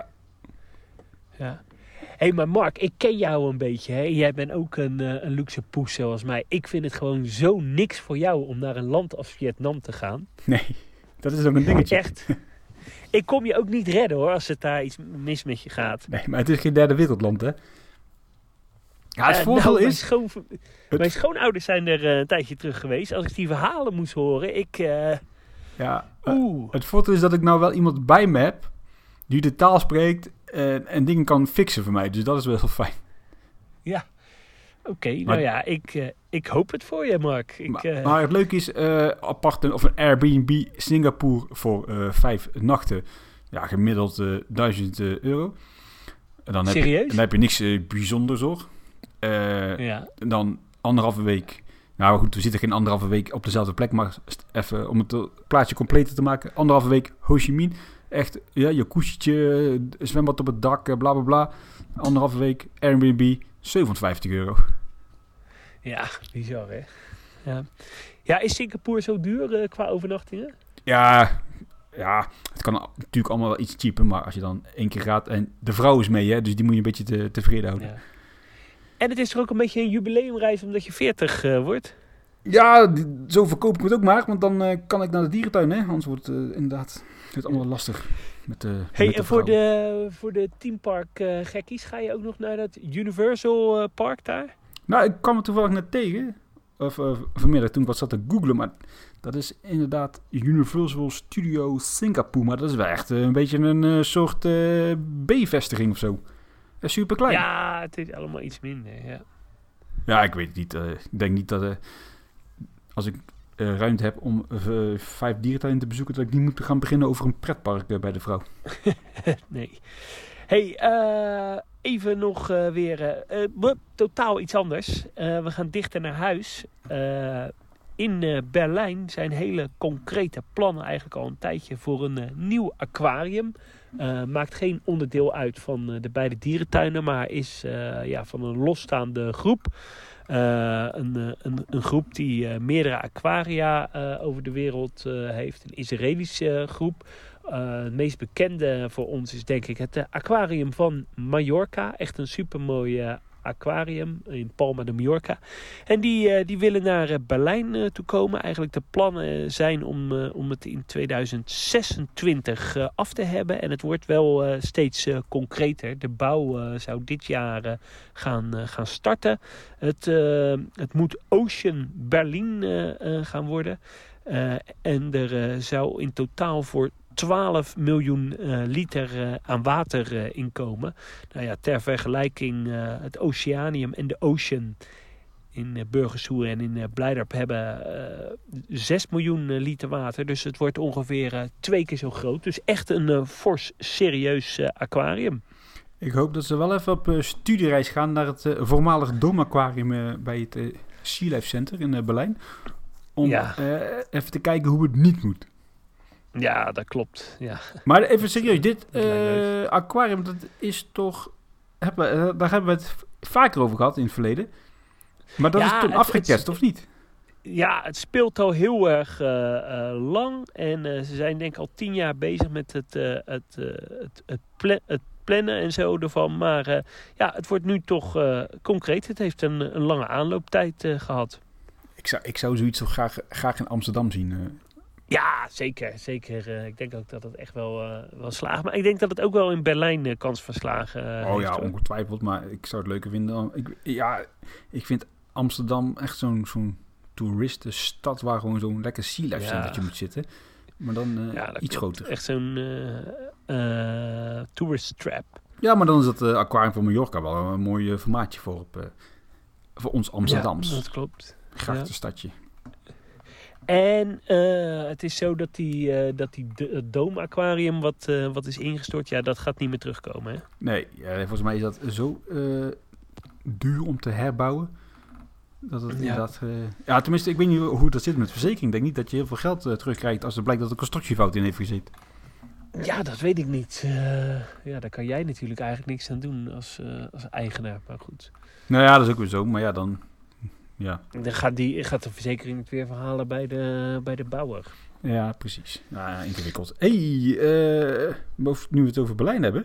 Ja. Hé, hey, maar Mark, ik ken jou een beetje. Hè? Jij bent ook een, uh, een luxe poes zoals mij. Ik vind het gewoon zo niks voor jou om naar een land als Vietnam te gaan. Nee, dat is ook een dingetje. Echt. Ik kom je ook niet redden hoor, als het daar iets mis met je gaat. Nee, maar het is geen derde wereldland, hè? Ja, het uh, voordeel nou, is... Mijn, schoon, het... mijn schoonouders zijn er uh, een tijdje terug geweest. Als ik die verhalen moest horen, ik... Uh... Ja, uh, het voordeel is dat ik nou wel iemand bij me heb die de taal spreekt uh, en dingen kan fixen voor mij. Dus dat is wel heel fijn. Ja, oké. Okay, nou ja, ik, uh, ik hoop het voor je, Mark. Ik, maar, uh... maar het leuke is, uh, apart een, of een Airbnb Singapore voor uh, vijf nachten. Ja, gemiddeld uh, duizend uh, euro. En dan heb Serieus? Je, dan heb je niks uh, bijzonders hoor. Uh, ja. Dan anderhalve week. Nou goed, we zitten geen anderhalve week op dezelfde plek. Maar even om het plaatje completer te maken. Anderhalve week Ho Chi Minh. Echt, ja, je koesje, zwembad op het dak, bla bla bla. Anderhalve week Airbnb, zevenhonderdvijftig euro. Ja, bizar hè. Ja, ja is Singapore zo duur uh, qua overnachtingen? Ja, ja, het kan natuurlijk allemaal wel iets cheaper. Maar als je dan één keer gaat en de vrouw is mee, hè, dus die moet je een beetje te, tevreden houden. Ja. En het is toch ook een beetje een jubileumreis omdat je veertig uh, wordt? Ja, die, zo verkoop ik het ook maar. Want dan uh, kan ik naar de dierentuin, hè. Anders wordt het uh, inderdaad het allemaal lastig. Met de, hey, met de en voor de, voor de teampark uh, gekkies ga je ook nog naar dat Universal uh, Park daar? Nou, ik kwam er toevallig net tegen. Of uh, vanmiddag toen ik wat zat te googlen. Maar dat is inderdaad Universal Studio Singapore. Maar dat is wel echt uh, een beetje een uh, soort uh, B-vestiging of zo. Uh, super klein. Ja, het is allemaal iets minder, ja. Ja, ik weet het niet. Uh, ik denk niet dat uh, als ik uh, ruimte heb om uh, vijf dierentuinen te bezoeken, dat ik niet moet gaan beginnen over een pretpark uh, bij de vrouw. Nee. Hey, uh, even nog uh, weer uh, uh, totaal iets anders. Uh, we gaan dichter naar huis. Uh, in uh, Berlijn zijn hele concrete plannen eigenlijk al een tijdje voor een uh, nieuw aquarium. Uh, maakt geen onderdeel uit van uh, de beide dierentuinen, maar is uh, ja, van een losstaande groep. Uh, een, een, een groep die uh, meerdere aquaria uh, over de wereld uh, heeft. Een Israëlische uh, groep. Uh, het meest bekende voor ons is denk ik het uh, aquarium van Mallorca. Echt een supermooi uh, aquarium in Palma de Mallorca. En die, uh, die willen naar uh, Berlijn uh, toe komen. Eigenlijk de plannen zijn om, uh, om het in tweeduizend zesentwintig uh, af te hebben. En het wordt wel uh, steeds uh, concreter. De bouw uh, zou dit jaar uh, gaan, uh, gaan starten. Het, uh, het moet Ocean Berlin uh, uh, gaan worden. Uh, en er uh, zou in totaal voor twaalf miljoen uh, liter uh, aan water uh, inkomen. Nou ja, ter vergelijking, uh, het Oceanium en de Ocean in uh, Burgersoe en in uh, Blijdorp hebben uh, zes miljoen uh, liter water. Dus het wordt ongeveer uh, twee keer zo groot. Dus echt een uh, fors, serieus uh, aquarium. Ik hoop dat ze wel even op uh, studiereis gaan naar het uh, voormalig Dome-aquarium uh, bij het uh, Sea Life Center in uh, Berlijn. Om ja. uh, even te kijken hoe het niet moet. Ja, dat klopt. Ja. Maar even serieus, dit uh, aquarium, dat is toch... Hebben, uh, daar hebben we het vaker over gehad in het verleden. Maar dat ja, is toen het, afgetest, het, of niet? Ja, het speelt al heel erg uh, uh, lang. En uh, ze zijn denk ik al tien jaar bezig met het, uh, het, uh, het, het, pla- het plannen en zo ervan. Maar uh, ja, het wordt nu toch uh, concreet. Het heeft een, een lange aanlooptijd uh, gehad. Ik zou, ik zou zoiets toch graag, graag in Amsterdam zien. Uh. Ja, zeker. zeker. Uh, ik denk ook dat het echt wel, uh, wel slaagt. Maar ik denk dat het ook wel in Berlijn uh, kans van slagen uh, Oh heeft, ja, hoor. ongetwijfeld. Maar ik zou het leuker vinden. Ik, ja, ik vind Amsterdam echt zo'n, zo'n toeristenstad waar gewoon zo'n lekker sea life centertje ja. moet zitten. Maar dan uh, ja, iets klopt. groter. Echt zo'n uh, uh, tourist trap. Ja, maar dan is dat uh, aquarium van Mallorca wel een mooi uh, formaatje voor, op, uh, voor ons Amsterdams. Ja, dat klopt. Grachtenstadje. Ja. En uh, het is zo dat die, uh, dat die d- Dome-aquarium wat, uh, wat is ingestort, ja, dat gaat niet meer terugkomen, hè? Nee, ja, volgens mij is dat zo uh, duur om te herbouwen. Dat het ja. inderdaad... Uh, ja, tenminste, ik weet niet hoe dat zit met verzekering. Ik denk niet dat je heel veel geld uh, terugkrijgt als er blijkt dat er een constructiefout in heeft gezeten. Ja, dat weet ik niet. Uh, ja, daar kan jij natuurlijk eigenlijk niks aan doen als, uh, als eigenaar, maar goed. Nou ja, dat is ook weer zo, maar ja, dan... Ja. Dan gaat, die, gaat de verzekering het weer verhalen bij de, bij de bouwer. Ja, precies. Nou ja, ingewikkeld. Hé, hey, uh, nu we het over Berlijn hebben...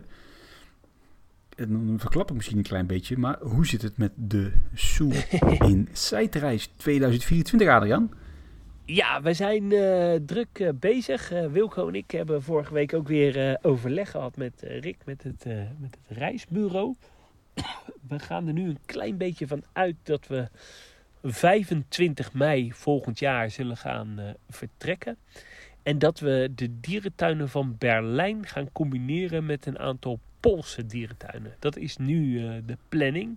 En dan verklap ik misschien een klein beetje, maar hoe zit het met de Soe in Zijtreis tweeduizend vierentwintig, Adriaan? Ja, we zijn uh, druk uh, bezig. Uh, Wilco en ik hebben vorige week ook weer uh, overleg gehad met uh, Rick, met het, uh, met het reisbureau. We gaan er nu een klein beetje van uit dat we vijfentwintig mei volgend jaar zullen gaan uh, vertrekken. En dat we de dierentuinen van Berlijn gaan combineren met een aantal Poolse dierentuinen. Dat is nu uh, de planning.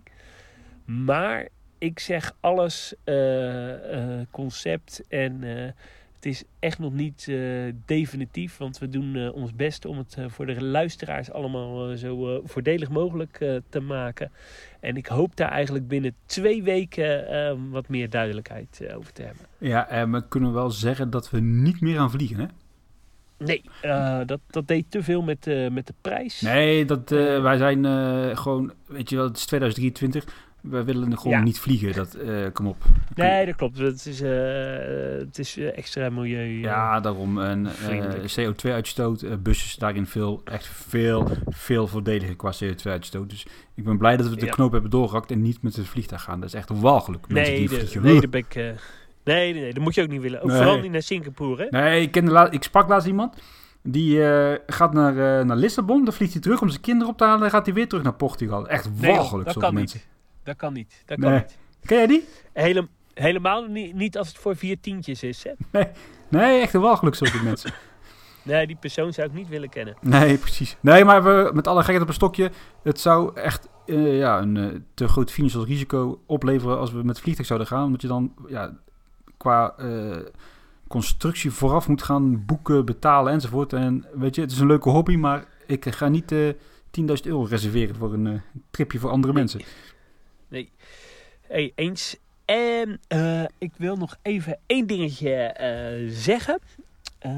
Maar ik zeg alles uh, uh, concept en uh, het is echt nog niet uh, definitief. Want we doen uh, ons best om het uh, voor de luisteraars allemaal uh, zo uh, voordelig mogelijk uh, te maken. En ik hoop daar eigenlijk binnen twee weken uh, wat meer duidelijkheid uh, over te hebben. Ja, en we kunnen wel zeggen dat we niet meer gaan vliegen, hè? Nee, uh, dat, dat deed te veel met, uh, met de prijs. Nee, dat, uh, wij zijn uh, gewoon, weet je wel, het is tweeduizend drieëntwintig. We willen gewoon ja. niet vliegen, dat, uh, kom op. Nee, dat klopt. Het is, uh, het is extra milieu. Uh, ja, daarom. En uh, C O twee uitstoot, uh, bussen daarin veel, echt veel, veel voordeliger qua C O twee uitstoot. Dus ik ben blij dat we de ja. knoop hebben doorgehakt en niet met het vliegtuig gaan. Dat is echt walgelijk. Nee, die de, nee, dat ben ik... Uh, Nee, nee, nee, dat moet je ook niet willen. Ook nee. Vooral niet naar Singapore, hè? Nee, ik, ken la- ik sprak laatst iemand. Die uh, gaat naar, uh, naar Lissabon. Dan vliegt hij terug om zijn kinderen op te halen. Dan gaat hij weer terug naar Portugal. Echt nee, walgelijk, dat kan mensen. Niet. Dat kan niet. Dat kan nee. niet. Ken jij die? Hele, helemaal niet, niet als het voor vier tientjes is, hè? Nee, nee echt een walgelijk soort mensen. Nee, die persoon zou ik niet willen kennen. Nee, precies. Nee, maar we, met alle gekheid op een stokje. Het zou echt uh, ja, een uh, te groot financieel risico opleveren als we met het vliegtuig zouden gaan. Omdat je dan... Ja, qua uh, constructie vooraf moet gaan boeken, betalen enzovoort. En weet je, het is een leuke hobby, maar ik ga niet uh, tienduizend euro reserveren voor een uh, tripje voor andere nee. mensen. Nee. Hey, eens. En uh, ik wil nog even één dingetje uh, zeggen. Uh,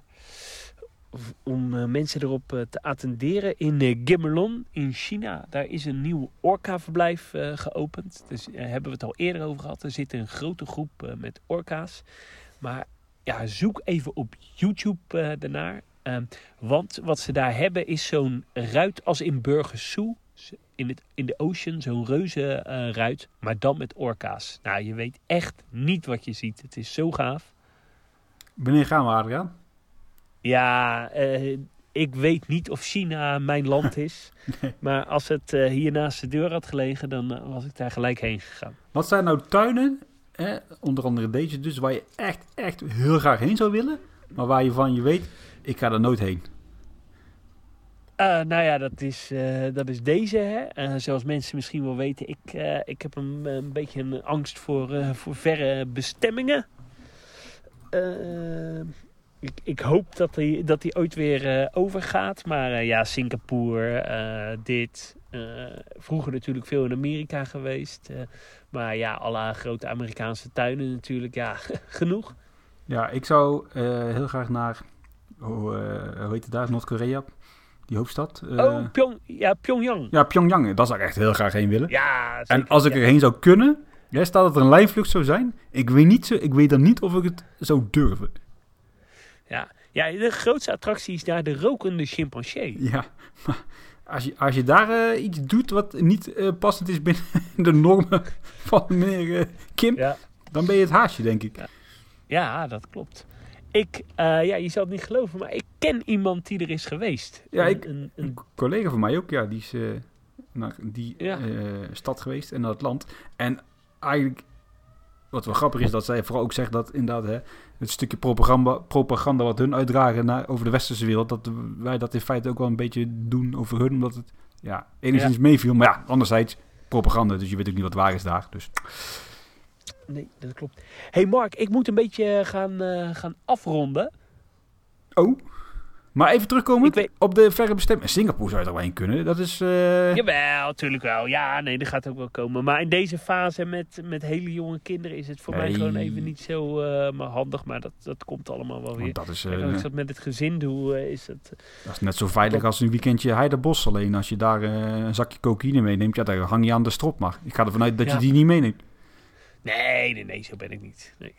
om uh, mensen erop uh, te attenderen. In uh, Gemelon in China, daar is een nieuw orka-verblijf uh, geopend. Dus daar uh, hebben we het al eerder over gehad. Er zit een grote groep uh, met orka's. Maar ja, zoek even op YouTube uh, daarnaar. Uh, want wat ze daar hebben is zo'n ruit als in Burgers Zoo. In, het, in de ocean, zo'n reuze uh, ruit. Maar dan met orka's. Nou, je weet echt niet wat je ziet. Het is zo gaaf. Wanneer gaan we, Adriaan? Ja, uh, ik weet niet of China mijn land is. Nee. Maar als het uh, hier naast de deur had gelegen, dan uh, was ik daar gelijk heen gegaan. Wat zijn nou tuinen, hè, onder andere deze dus, waar je echt, echt heel graag heen zou willen, maar waar je van je weet, ik ga er nooit heen? Uh, nou ja, dat is, uh, dat is deze. Hè. Uh, zoals mensen misschien wel weten, ik, uh, ik heb een, een beetje een angst voor, uh, voor verre bestemmingen. Uh, ik, ik hoop dat hij dat die ooit weer uh, overgaat. Maar uh, ja, Singapore, uh, dit. Uh, vroeger natuurlijk veel in Amerika geweest. Uh, maar ja, alle grote Amerikaanse tuinen natuurlijk. Ja, genoeg. Ja, ik zou uh, heel graag naar, oh, uh, hoe heet het daar, Noord-Korea, die hoofdstad. Uh, oh, Pyong, ja, Pyongyang. Ja, Pyongyang, daar zou ik echt heel graag heen willen. Ja, zeker, en als ik ja. erheen zou kunnen, ja, staat dat er een lijnvlucht zou zijn, ik weet, niet zo, ik weet dan niet of ik het zou durven. Ja, ja, de grootste attractie is daar de rokende chimpansee. Ja, maar als je, als je daar uh, iets doet wat niet uh, passend is binnen de normen van meneer uh, Kim, ja. dan ben je het haasje, denk ik. Ja, ja dat klopt. Ik, uh, ja, je zal het niet geloven, maar ik ken iemand die er is geweest. Ja, een, ik, een, een collega van mij ook, ja, die is uh, naar die ja. uh, stad geweest en naar het land. En eigenlijk, wat wel grappig is, dat zij vooral ook zegt dat inderdaad hè, het stukje propaganda, propaganda wat hun uitdragen naar, over de westerse wereld, dat wij dat in feite ook wel een beetje doen over hun, omdat het ja, enigszins ja. meeviel. Maar ja, anderzijds propaganda, dus je weet ook niet wat waar is daar. Dus. Nee, dat klopt. Hey Mark, ik moet een beetje gaan, uh, gaan afronden. Oh, maar even terugkomen weet... op de verre bestemming. Singapore zou je er wel heen kunnen. Dat is... Uh... Jawel, natuurlijk wel. Ja, nee, dat gaat ook wel komen. Maar in deze fase met, met hele jonge kinderen is het voor nee. mij gewoon even niet zo uh, maar handig. Maar dat, dat komt allemaal wel weer. Dat is, uh, Kijk, als ik dat met het gezin doe, uh, is het... Uh, dat is net zo veilig als een weekendje Heidebos. Alleen als je daar uh, een zakje cocaïne meeneemt, ja, dan hang je aan de strop. Maar ik ga ervan uit dat ja. je die niet meeneemt. Nee, nee, nee, zo ben ik niet. Nee.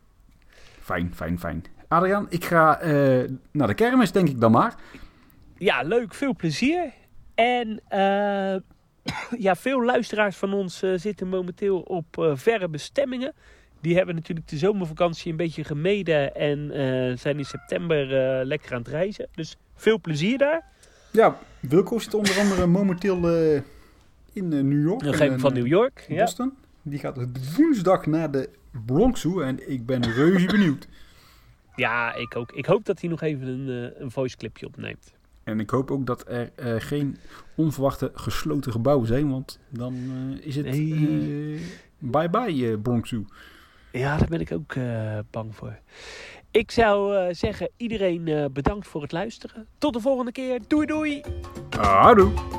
Fijn, fijn, fijn. Adriaan, ik ga uh, naar de kermis, denk ik dan maar. Ja, leuk. Veel plezier. En uh, ja, veel luisteraars van ons uh, zitten momenteel op uh, verre bestemmingen. Die hebben natuurlijk de zomervakantie een beetje gemeden en uh, zijn in september uh, lekker aan het reizen. Dus veel plezier daar. Ja, Wilco zit onder andere momenteel uh, in uh, New York. Nog even van New York. In Boston. Ja. Die gaat woensdag naar de Bronx toe en ik ben reuze benieuwd. Ja, ik ook. Ik hoop dat hij nog even een, uh, een voice clipje opneemt. En ik hoop ook dat er uh, geen onverwachte gesloten gebouwen zijn, want dan uh, is het nee. uh, bye-bye uh, Bronx Zoo. Ja, daar ben ik ook uh, bang voor. Ik zou uh, zeggen, iedereen uh, bedankt voor het luisteren. Tot de volgende keer. Doei doei. Houdoe.